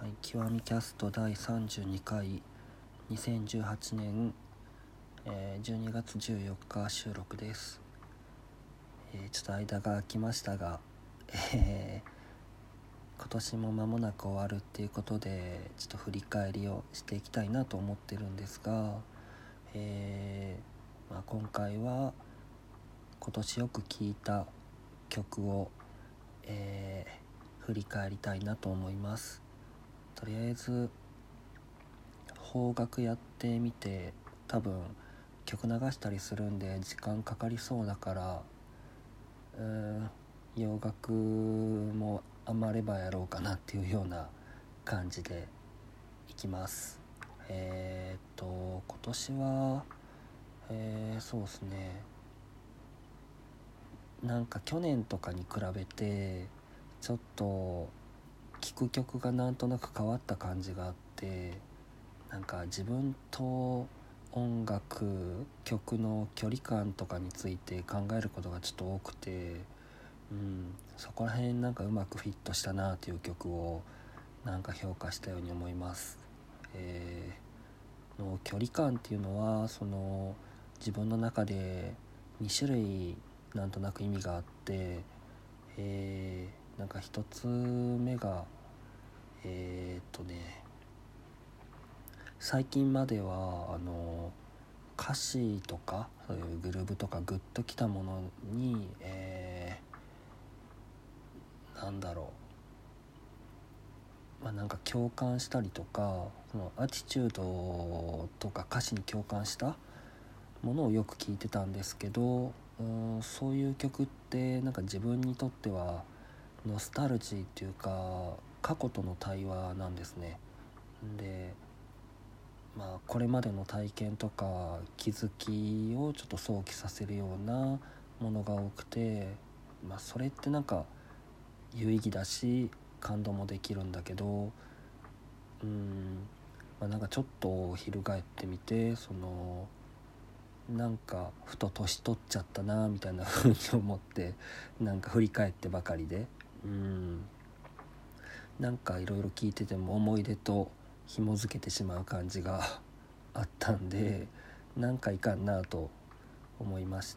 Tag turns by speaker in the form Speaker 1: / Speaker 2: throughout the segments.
Speaker 1: はい、極みキャスト第32回2018年、12月14日収録です。ちょっと間が空きましたが、今年も間もなく終わるっていうことでちょっと振り返りをしていきたいなと思ってるんですが、今回は今年よく聴いた曲を、振り返りたいなと思います。とりあえず邦楽やってみて、多分曲流したりするんで時間かかりそうだから、洋楽も余ればやろうかなっていうような感じでいきます。今年は、そうですね、なんか去年とかに比べてちょっと聴く曲がなんとなく変わった感じがあって、なんか自分と音楽曲の距離感とかについて考えることがちょっと多くて、そこら辺なんかうまくフィットしたなという曲をなんか評価したように思います。の距離感っていうのはその自分の中で2種類なんとなく意味があって、なんか一つ目が最近までは歌詞とかそういうグルーヴとかグッときたものに、なんだろう、なんか共感したりとか、そのアティチュードとか歌詞に共感したものをよく聞いてたんですけど、そういう曲ってなんか自分にとってはノスタルジーっていうか過去との対話なんですね。で、これまでの体験とか気づきをちょっと想起させるようなものが多くて、それってなんか有意義だし感動もできるんだけど、なんかちょっと翻ってみて、そのなんかふと年取っちゃったなみたいな風に思って、なんか振り返ってばかりで、なんかいろいろ聞いてても思い出と紐づけてしまう感じがあったんで、なんかいかんなと思いまして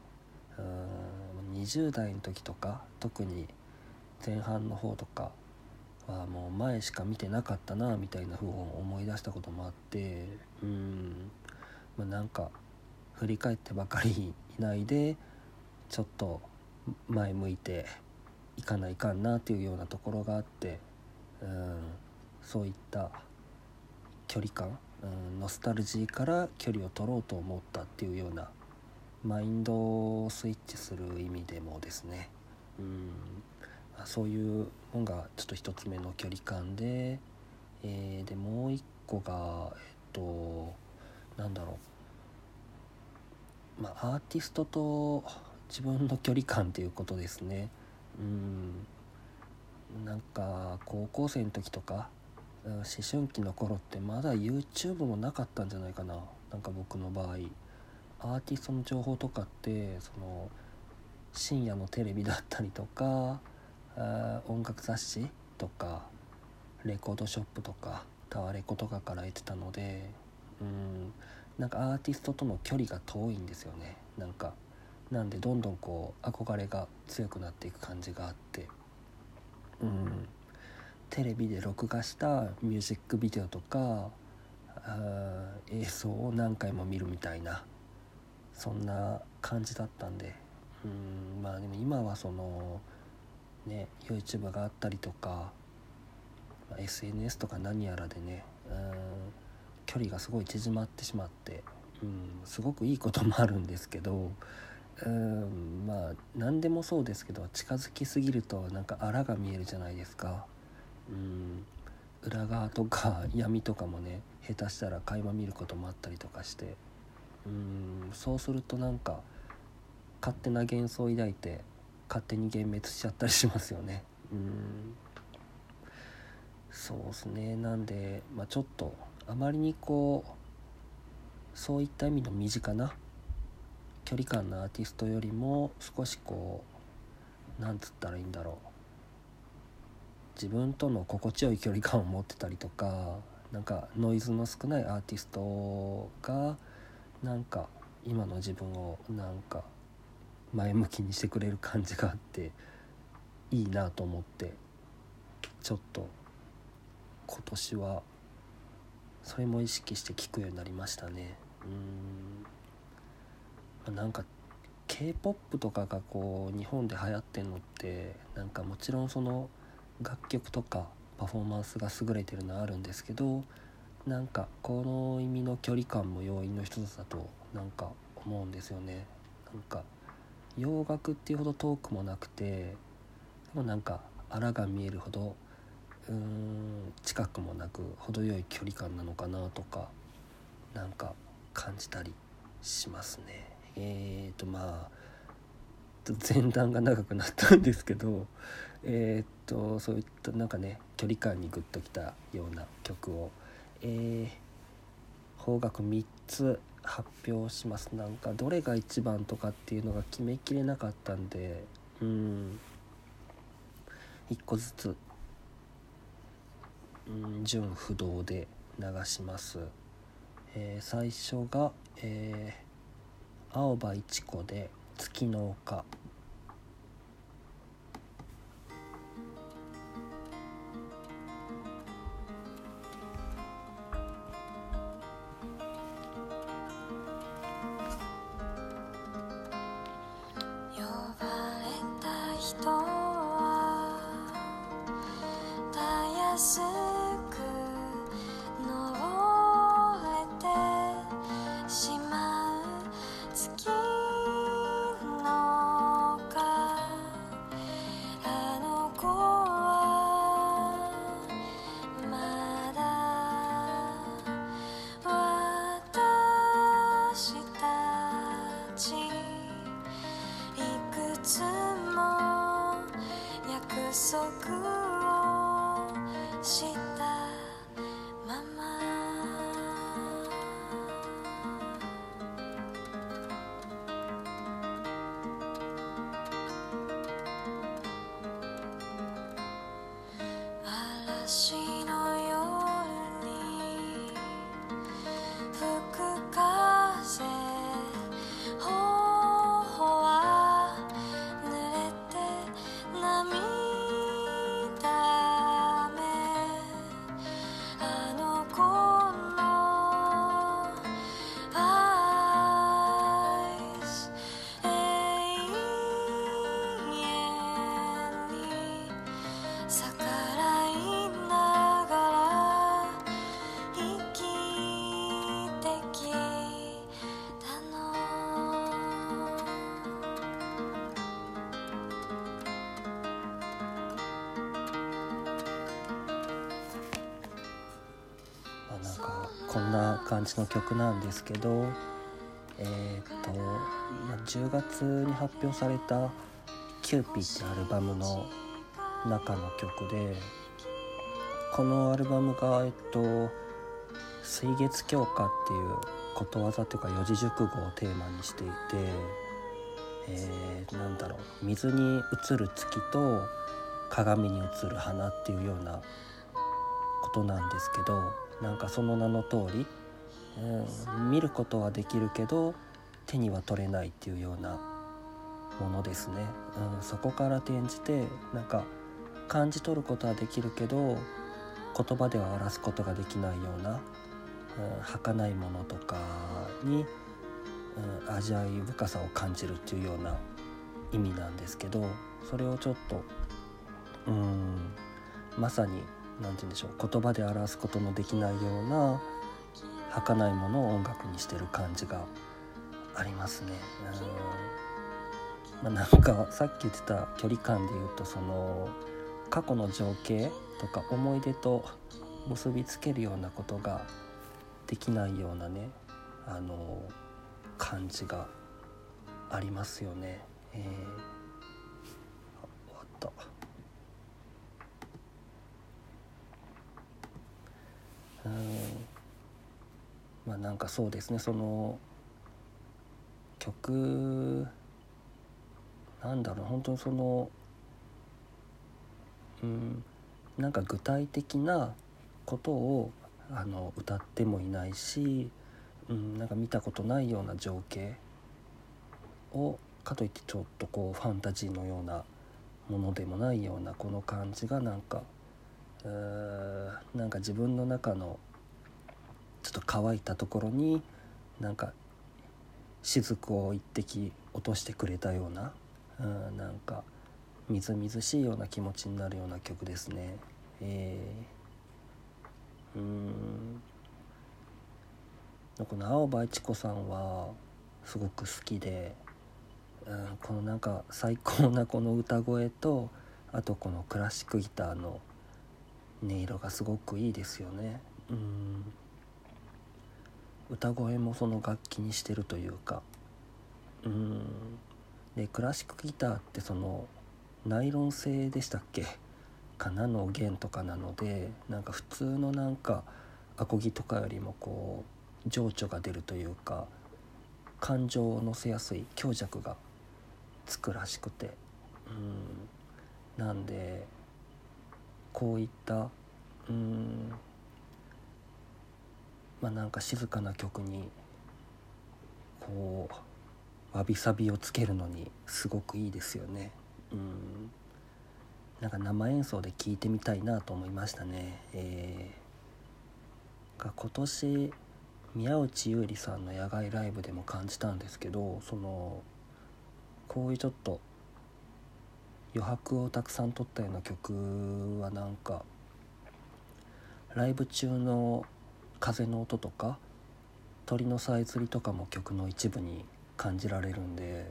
Speaker 1: 、20代の時とか特に前半の方とかはもう前しか見てなかったなみたいな風を思い出したこともあって、なんか振り返ってばかりいないでちょっと前向いていかないかんなっていうようなところがあって、そういった距離感、ノスタルジーから距離を取ろうと思ったっていうようなマインドをスイッチする意味でもですね、そういうのがちょっと一つ目の距離感で、でもう一個がなんだろう、アーティストと自分の距離感っていうことですね。なんか高校生の時とか思春期の頃ってまだ YouTube もなかったんじゃないかな。なんか僕の場合アーティストの情報とかってその深夜のテレビだったりとか、音楽雑誌とかレコードショップとかタワレコとかから得てたので、なんかアーティストとの距離が遠いんですよね。なんでどんどんこう憧れが強くなっていく感じがあって、テレビで録画したミュージックビデオとか映像を何回も見るみたいな、そんな感じだったんで、でも今はそのね YouTube があったりとか、SNS とか何やらでね、距離がすごい縮まってしまって、すごくいいこともあるんですけど、何でもそうですけど近づきすぎるとなんかあらが見えるじゃないですか。裏側とか闇とかもね下手したら垣間見ることもあったりとかして、そうするとなんか勝手な幻想を抱いて勝手に幻滅しちゃったりしますよね。そうですね。なんで、ちょっとあまりにこうそういった意味の身近な距離感のアーティストよりも少しこうなんつったらいいんだろう、 自分との心地よい距離感を持ってたりとか、なんかノイズの少ないアーティストがなんか今の自分をなんか前向きにしてくれる感じがあっていいなと思って、ちょっと今年はそれも意識して聴くようになりましたね。なんか K-POP とかがこう日本で流行ってんのって、なんかもちろんその楽曲とかパフォーマンスが優れてるのはあるんですけど、なんかこの意味の距離感も要因の一つだとなんか思うんですよね。なんか洋楽っていうほど遠くもなくて、でもなんか粗が見えるほど近くもなく程よい距離感なのかなとかなんか感じたりしますね。まあ前段が長くなったんですけど、そういったなんかね距離感にグッときたような曲を、邦楽3つ発表します。なんかどれが一番とかっていうのが決めきれなかったんで、1個ずつ順不動で流します。最初が、青葉一子で月の丘。
Speaker 2: 呼ばれた人はたやすく登れてしまう月の丘、あの子はまだ私たちいくつも約束をしたまま、嵐の夜に吹く風、頬は濡れて涙目、あの子の愛す永遠に逆らいながら生きてきたの。
Speaker 1: なんかこんな感じの曲なんですけど、10月に発表されたキューピーってアルバムの中の曲で、このアルバムが水月強化っていうことわざというか四字熟語をテーマにしていて、なんだろう、水に映る月と鏡に映る花っていうようなことなんですけど、なんかその名の通り、見ることはできるけど手には取れないっていうようなものですね。そこから転じてなんか感じ取ることはできるけど言葉では表すことができないような、儚いものとかに、味わい深さを感じるっていうような意味なんですけど、それをちょっとまさに何て言うんでしょう、言葉で表すことのできないような儚いものを音楽にしてる感じがありますね。なんかさっき言ってた距離感で言うと、その過去の情景とか思い出と結びつけるようなことができないようなね、感じがありますよね。終わった。なんかそうですね、その曲なんだろう、本当にそのなんか具体的なことを歌ってもいないし、なんか見たことないような情景をかといってちょっとこうファンタジーのようなものでもないようなこの感じがなんか自分の中のちょっと乾いたところになんか雫を一滴落としてくれたような、なんかみずみずしいような気持ちになるような曲ですね。この青葉一子さんはすごく好きで、このなんか最高なこの歌声と、あとこのクラシックギターの音色がすごくいいですよね。歌声もその楽器にしてるというか、でクラシックギターってそのナイロン製でしたっけかなの弦とかなので、なんか普通のなんかアコギとかよりもこう情緒が出るというか、感情を乗せやすい強弱がつくらしくて、なんでこういったなんか静かな曲にこうわびさびをつけるのにすごくいいですよね。なんか生演奏で聴いてみたいなと思いましたね。今年宮内優里さんの野外ライブでも感じたんですけど、こういうちょっと余白をたくさん取ったような曲はなんかライブ中の風の音とか鳥のさえずりとかも曲の一部に感じられるんで、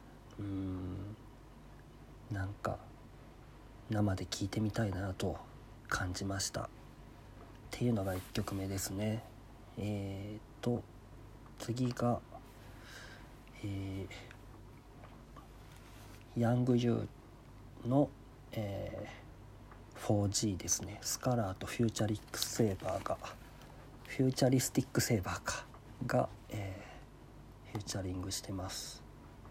Speaker 1: なんか生で聴いてみたいなと感じましたっていうのが1曲目ですね。次が、ヤングユーの、4G ですね。スカラーとフューチャリスティックセーバーが、フューチャリングしてます。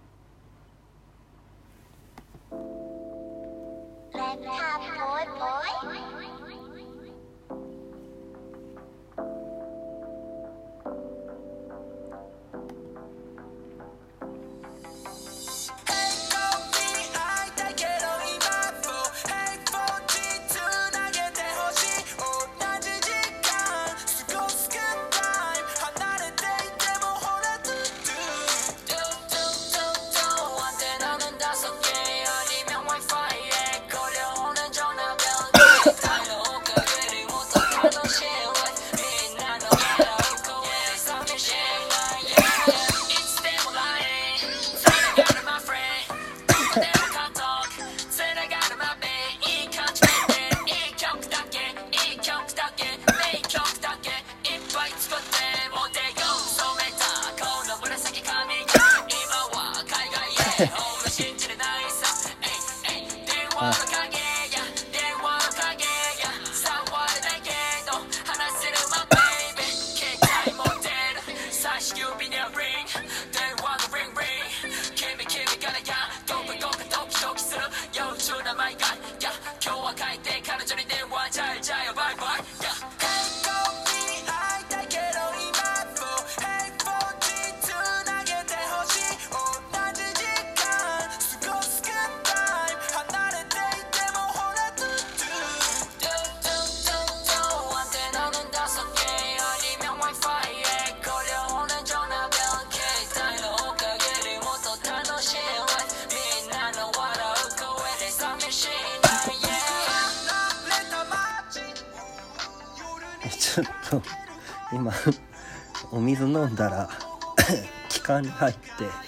Speaker 1: ちょっと今お水飲んだら気管に入って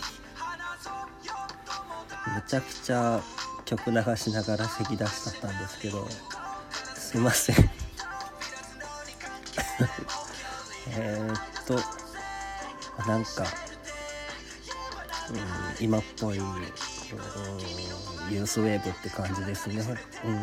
Speaker 1: むちゃくちゃ曲流しながら咳出しちゃったんですけど、すいませんなんか、今っぽい、ユースウェーブって感じですね。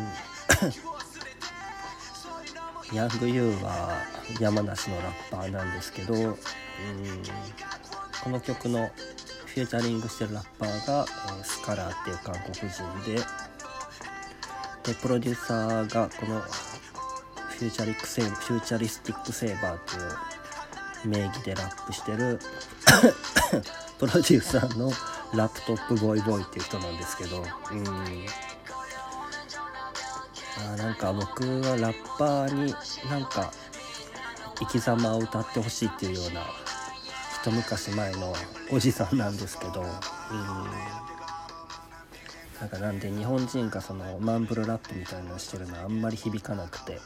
Speaker 1: ヤングユーは山梨のラッパーなんですけど、この曲のフューチャリングしてるラッパーが、スカラーっていう韓国人で、 でプロデューサーがこのフューチャリスティックセーバーという名義でラップしてるプロデューサーのラップトップボーイボーイっていう人なんですけど、なんか僕はラッパーになんか生き様を歌ってほしいっていうような一昔前のおじさんなんですけど、なんで日本人がそのマンブルラップみたいなのをしてるのはあんまり響かなくて、で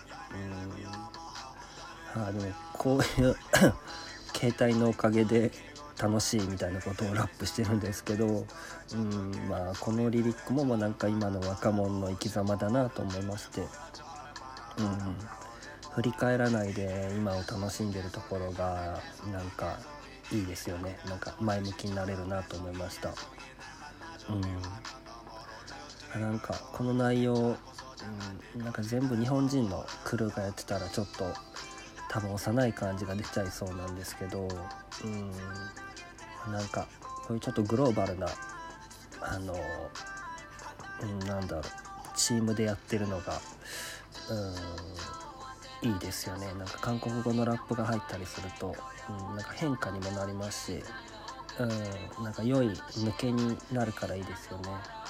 Speaker 1: もこういう携帯のおかげで楽しいみたいなことをラップしてるんですけど、このリリックもなんか今の若者の生き様だなと思いまして、振り返らないで今を楽しんでるところがなんかいいですよね。なんか前向きになれるなと思いました。なんかこの内容、なんか全部日本人のクルーがやってたらちょっと多分幼い感じが出ちゃいそうなんですけど、なんかこういうちょっとグローバルなチームでやってるのがいいですよね。なんか韓国語のラップが入ったりすると、なんか変化にもなりますし、なんか良い抜けになるからいいですよね。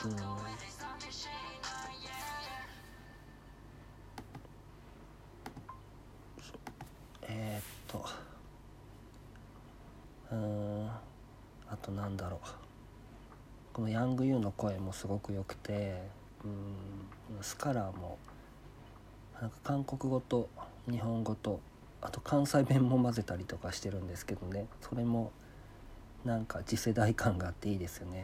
Speaker 1: あとこのヤングユーの声もすごく良くて、スカラーもなんか韓国語と日本語とあと関西弁も混ぜたりとかしてるんですけどね、それもなんか次世代感があっていいですよね。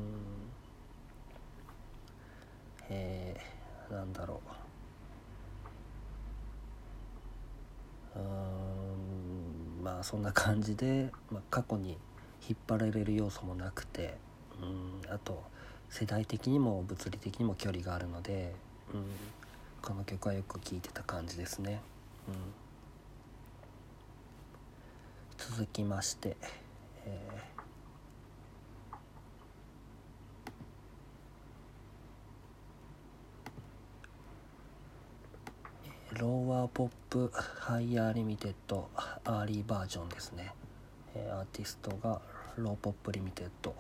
Speaker 1: そんな感じで、過去に引っ張られる要素もなくて、あと世代的にも物理的にも距離があるので、この曲はよく聴いてた感じですね。続きまして、ローワーポップハイヤーリミテッドアーリーバージョンですね。アーティストがローポップリミテッド。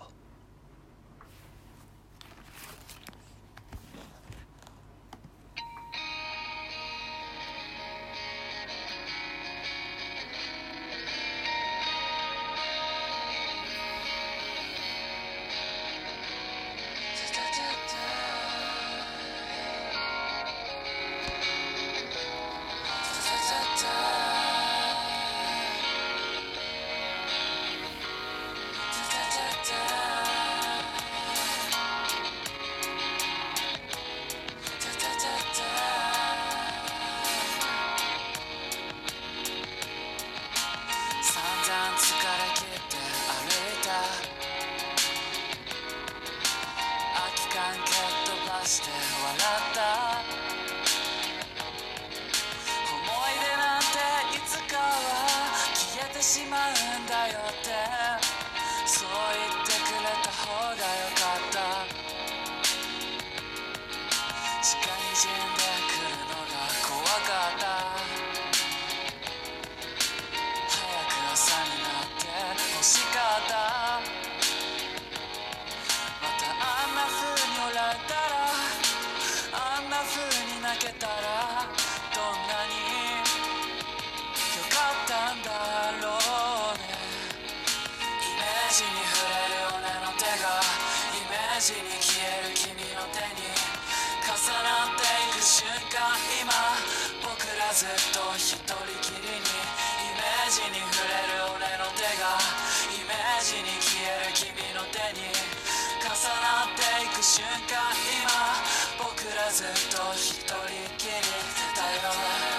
Speaker 2: ずっと一人きりにイメージに触れる俺の手がイメージに消える君の手に重なっていく瞬間今僕らずっと一人きりだよ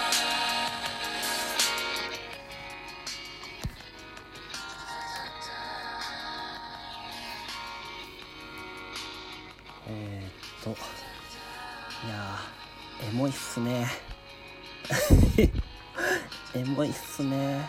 Speaker 1: いやーエモいっすねエモいっすね。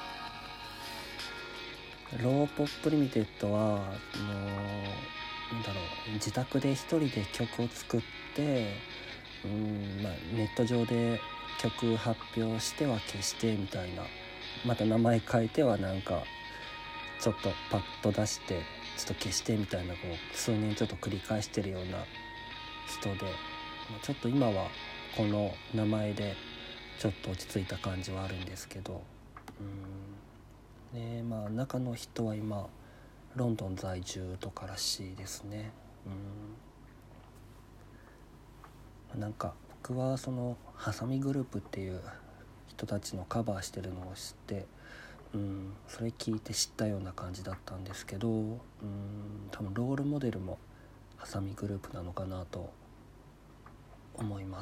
Speaker 1: ローポップリミテッドは自宅で一人で曲を作って、 ネット上で曲発表しては消してみたいな、また名前変えてはなんかちょっとパッと出してちょっと消してみたいな、こう数年ちょっと繰り返してるような人で、ちょっと今はこの名前でちょっと落ち着いた感じはあるんですけど、中の人は今ロンドン在住とからしいですね。なんか僕はそのハサミグループっていう人たちのカバーしてるのを知って、それ聞いて知ったような感じだったんですけど、多分ロールモデルもハサミグループなのかなと思います。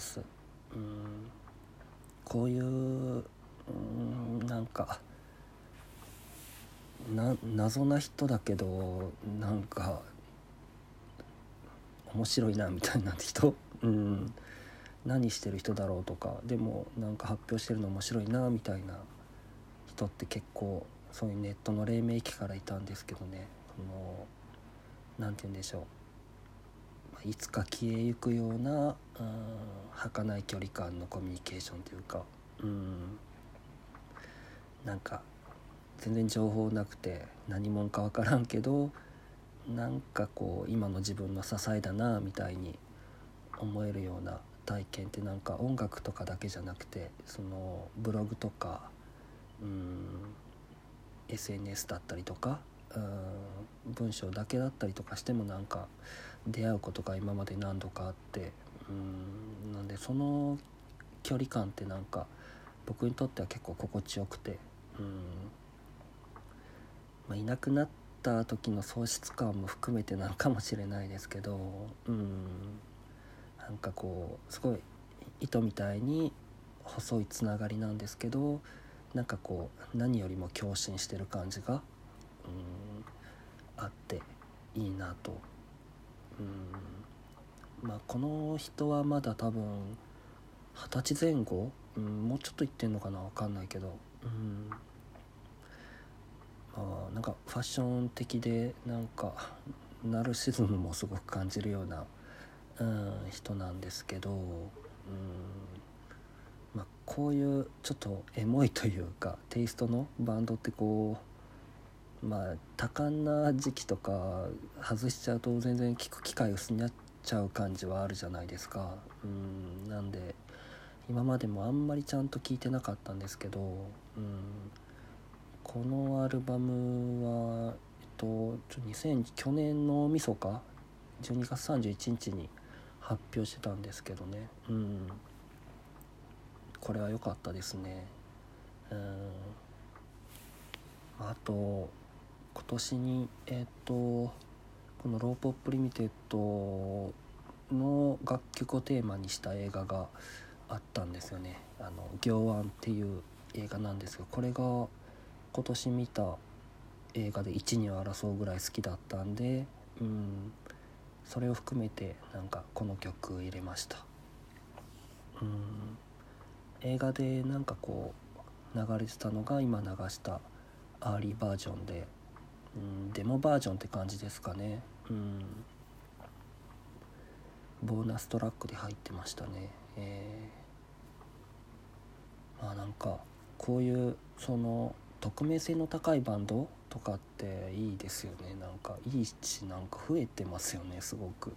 Speaker 1: こういうなんか謎な人だけどなんか面白いなみたいな人、何してる人だろうとか、でもなんか発表してるの面白いなみたいな人って結構そういうネットの黎明期からいたんですけどね、なんて言うんでしょう、いつか消えゆくような儚い距離感のコミュニケーションというか、なんか全然情報なくて何者か分からんけど、なんかこう今の自分の支えだなみたいに思えるような体験って、なんか音楽とかだけじゃなくて、そのブログとかSNS だったりとか文章だけだったりとかしてもなんか出会うことが今まで何度かあって、なんでその距離感ってなんか僕にとっては結構心地よくて、いなくなった時の喪失感も含めてなのかもしれないですけど、なんかこうすごい糸みたいに細いつながりなんですけど、なんかこう何よりも共振してる感じがあっていいなと。この人はまだ多分20歳前後、もうちょっといってんのかな、分かんないけど、なんかファッション的でなんかナルシズムもすごく感じるような、人なんですけど、こういうちょっとエモいというかテイストのバンドってこう多感な時期とか外しちゃうと全然聴く機会薄になっちゃう感じはあるじゃないですか。なんで今までもあんまりちゃんと聴いてなかったんですけど、このアルバムは去年のみそか12月31日に発表してたんですけどね、これは良かったですね。あと今年にこのローポップリミテッドの楽曲をテーマにした映画があったんですよね。行案っていう映画なんですが、これが今年見た映画で1、2を争うぐらい好きだったんで、それを含めてなんかこの曲入れました。映画でなんかこう流れてたのが今流したアーリーバージョンで、デモバージョンって感じですかね。ボーナストラックで入ってましたね。なんかこういうその匿名性の高いバンドとかっていいですよね。なんかいいし、なんか増えてますよね、すごく。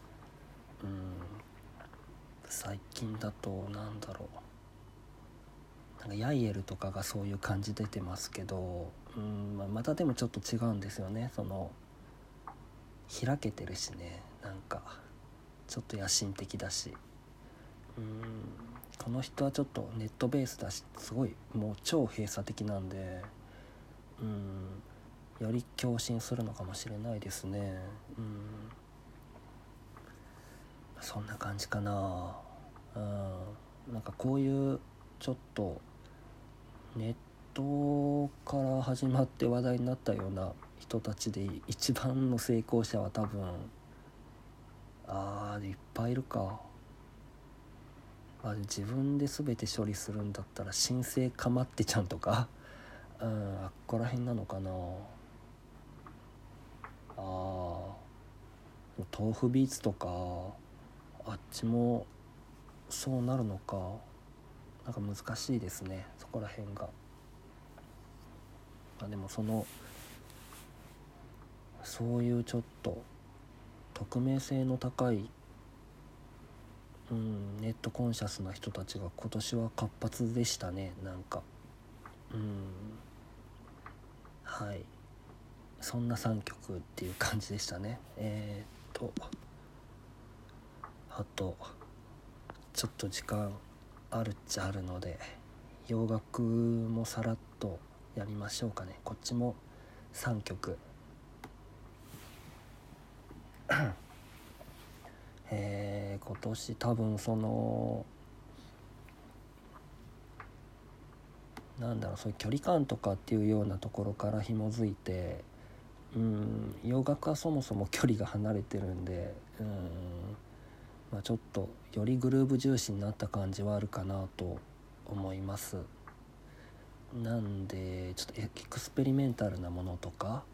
Speaker 1: 最近だとなんだろう、なんかヤイエルとかがそういう感じ出てますけど、またでもちょっと違うんですよね。その開けてるしね、なんかちょっと野心的だし、この人はちょっとネットベースだし、すごいもう超閉鎖的なんで、より共振するのかもしれないですね。そんな感じかな。なんかこういうちょっとネットから始まって話題になったような人たちで一番の成功者は多分いっぱいいるか。自分で全て処理するんだったら新生かまってちゃんとかあっこら辺なのかな。豆腐ビーツとかあっちもそうなるのか、なんか難しいですね、そこら辺が。でもそういうちょっと匿名性の高い、ネットコンシャスな人たちが今年は活発でしたね。なんかはい、そんな3曲っていう感じでしたね。あとちょっと時間あるっちゃあるので洋楽もさらっとやりましょうかね。こっちも3曲今年多分そういう距離感とかっていうようなところから紐づいて、洋楽はそもそも距離が離れてるんで、ちょっとよりグルーブ重視になった感じはあるかなと思います。なんでちょっとエクスペリメンタルなものとか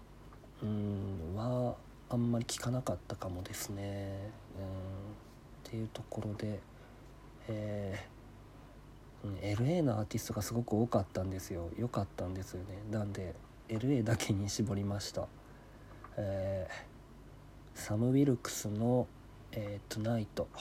Speaker 1: はあんまり聞かなかったかもですね。っていうところで、LA のアーティストがすごく多かったんですよ。良かったんですよね。なんで LA だけに絞りました。サム・ウィルクスのトゥナイト。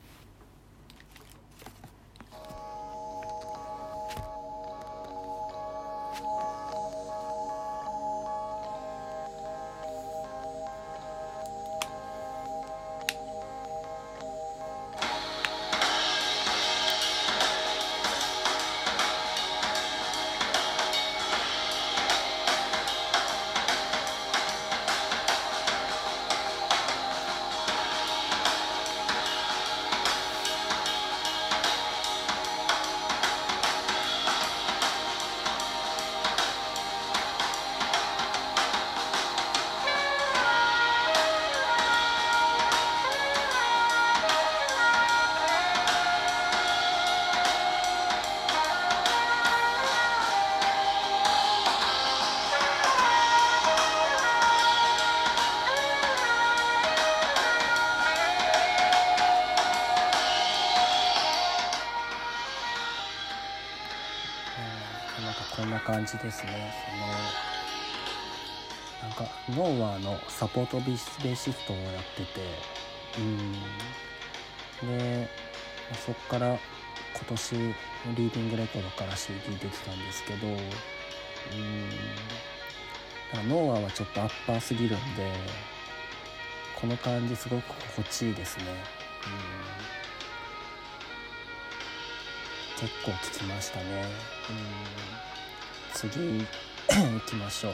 Speaker 1: こんな感じですね。なんかノーワーのサポートベーシストをやってて、でそっから今年リーディングレコードから CD 出てたんですけど、ノーワーはちょっとアッパーすぎるんで、この感じすごく心地いいですね。結構聴きましたね。次行きましょう。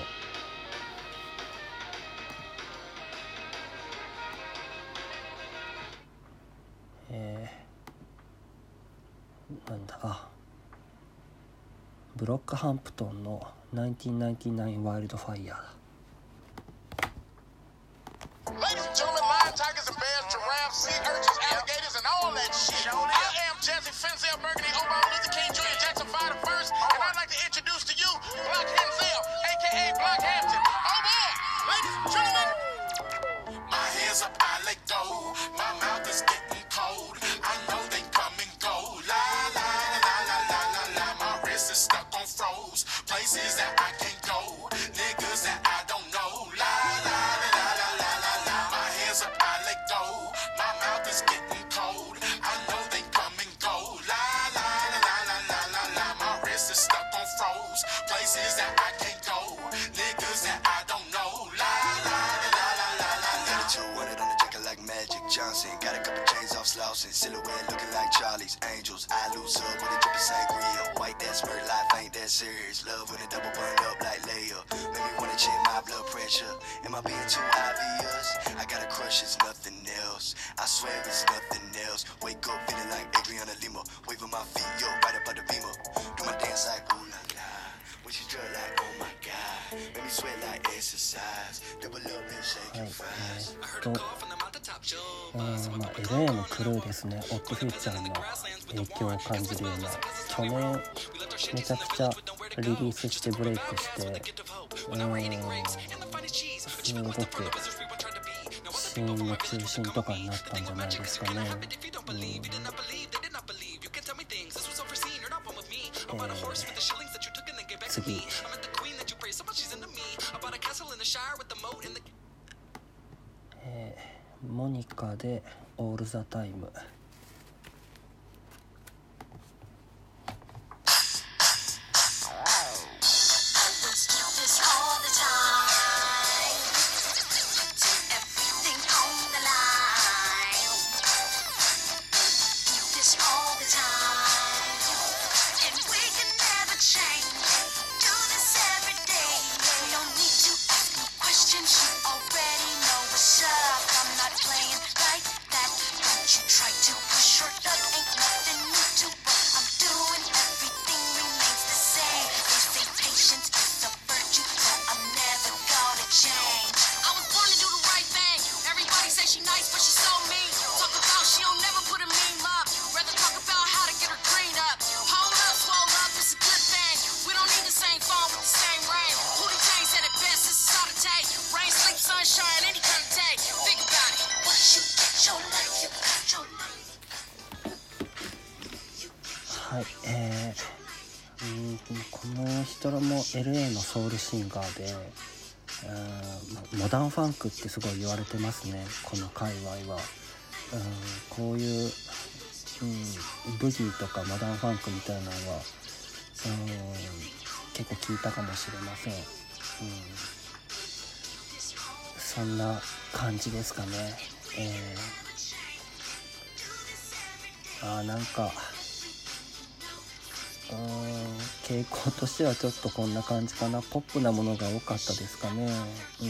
Speaker 1: ブロックハンプトンの1999ワイルドファイヤー。Ladies and gentlemen, lion, tigers and bears, giraffes, sea urchins, alligators, and all that shit. I am Jesse Fenzel Burgundy, Obama Luther King Jr. Jackson 5 the first, and I'd like to introduce to you Block Henzel, aka Block Hampton. Oh boy, ladies and gentlemen. My hands up, I let go. My mouth is getting cold. I know they come and go. La la la la la la la. My wrist is stuck on froze. Places that I can't go. Niggas that I don't know. La la la la la la la. My hands up, I let go. My mouth is getting cold. I know they come and go. La la la la la la la. My wrist is stuck on froze. Places that I can't go. Niggas that I don't know. La la la la la la la. 200 on the jacket like Magic Johnson. Got a couple chains off slouching. Silhouette looking like Charlie's Angels. I lose up with a dripping sangria. White that smirk life ain't that serious. Love when it double burned up like Leia. Make me wanna check my blood pressure. Am I being too obvious? I got a crush, it's nothing else. I swear it's nothing else. Wake up feeling like Adriana Lima. Waving my feet up right up at the beamer. Do my dance like ooh la la. When she drill like oh my god. Make me sweat like exercise. Double up and shake it fast. LA のクルーですね。オッドフューチャーの影響を感じるような、去年めちゃくちゃリリースしてブレイクして、すごくシーンの中心とかになったんじゃないですかね。 次モニカでオールザタイム。はい、この人らも LA のソウルシンガーで、モダンファンクってすごい言われてますね、この界隈は。こういう、ブギーとかモダンファンクみたいなのは、結構聞いたかもしれません。そんな感じですかね。なんか傾向としてはちょっとこんな感じかな。ポップなものが多かったですかね。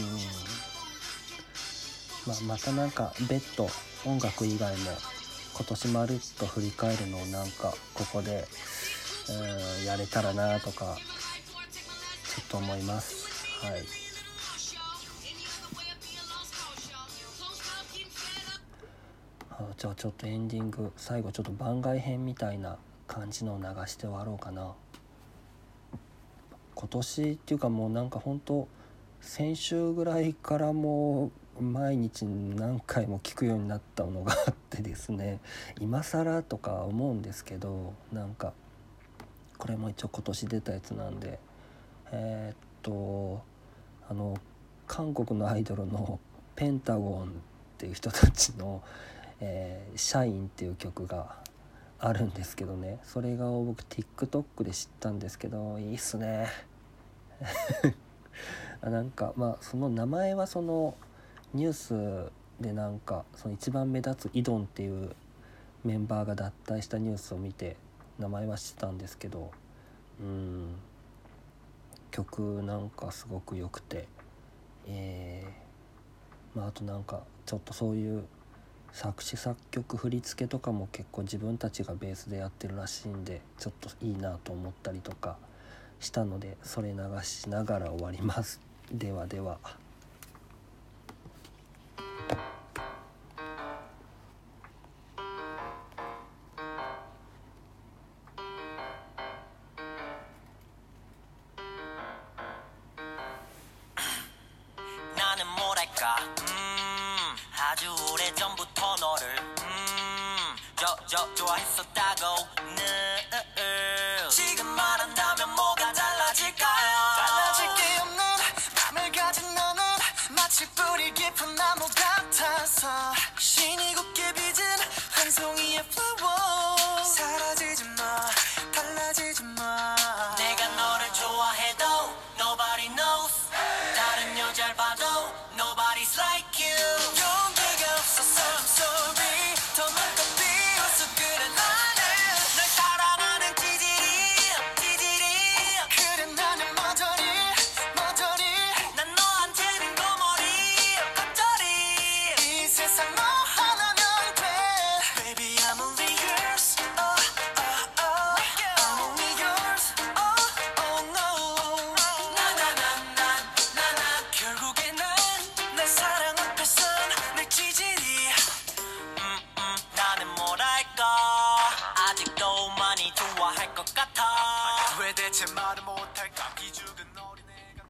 Speaker 1: またなんか別途音楽以外も今年まるっと振り返るのをなんかここで、やれたらなとかちょっと思います。はい。じゃあちょっとエンディング最後ちょっと番外編みたいな感じのを流して終わろうかな。今年っていうかもうなんかほんと先週ぐらいからもう毎日何回も聞くようになったのがあってですね、今更とか思うんですけど、なんかこれも一応今年出たやつなんで、韓国のアイドルのペンタゴンっていう人たちのシャインっていう曲があるんですけどね、それが僕 TikTok で知ったんですけど、いいっすねなんかその名前はそのニュースでなんかその一番目立つイドンっていうメンバーが脱退したニュースを見て名前は知ってたんですけど、曲なんかすごく良くて、あとなんかちょっとそういう作詞作曲振り付けとかも結構自分たちがベースでやってるらしいんで、ちょっといいなと思ったりとかしたので、それ流しながら終わります。ではでは。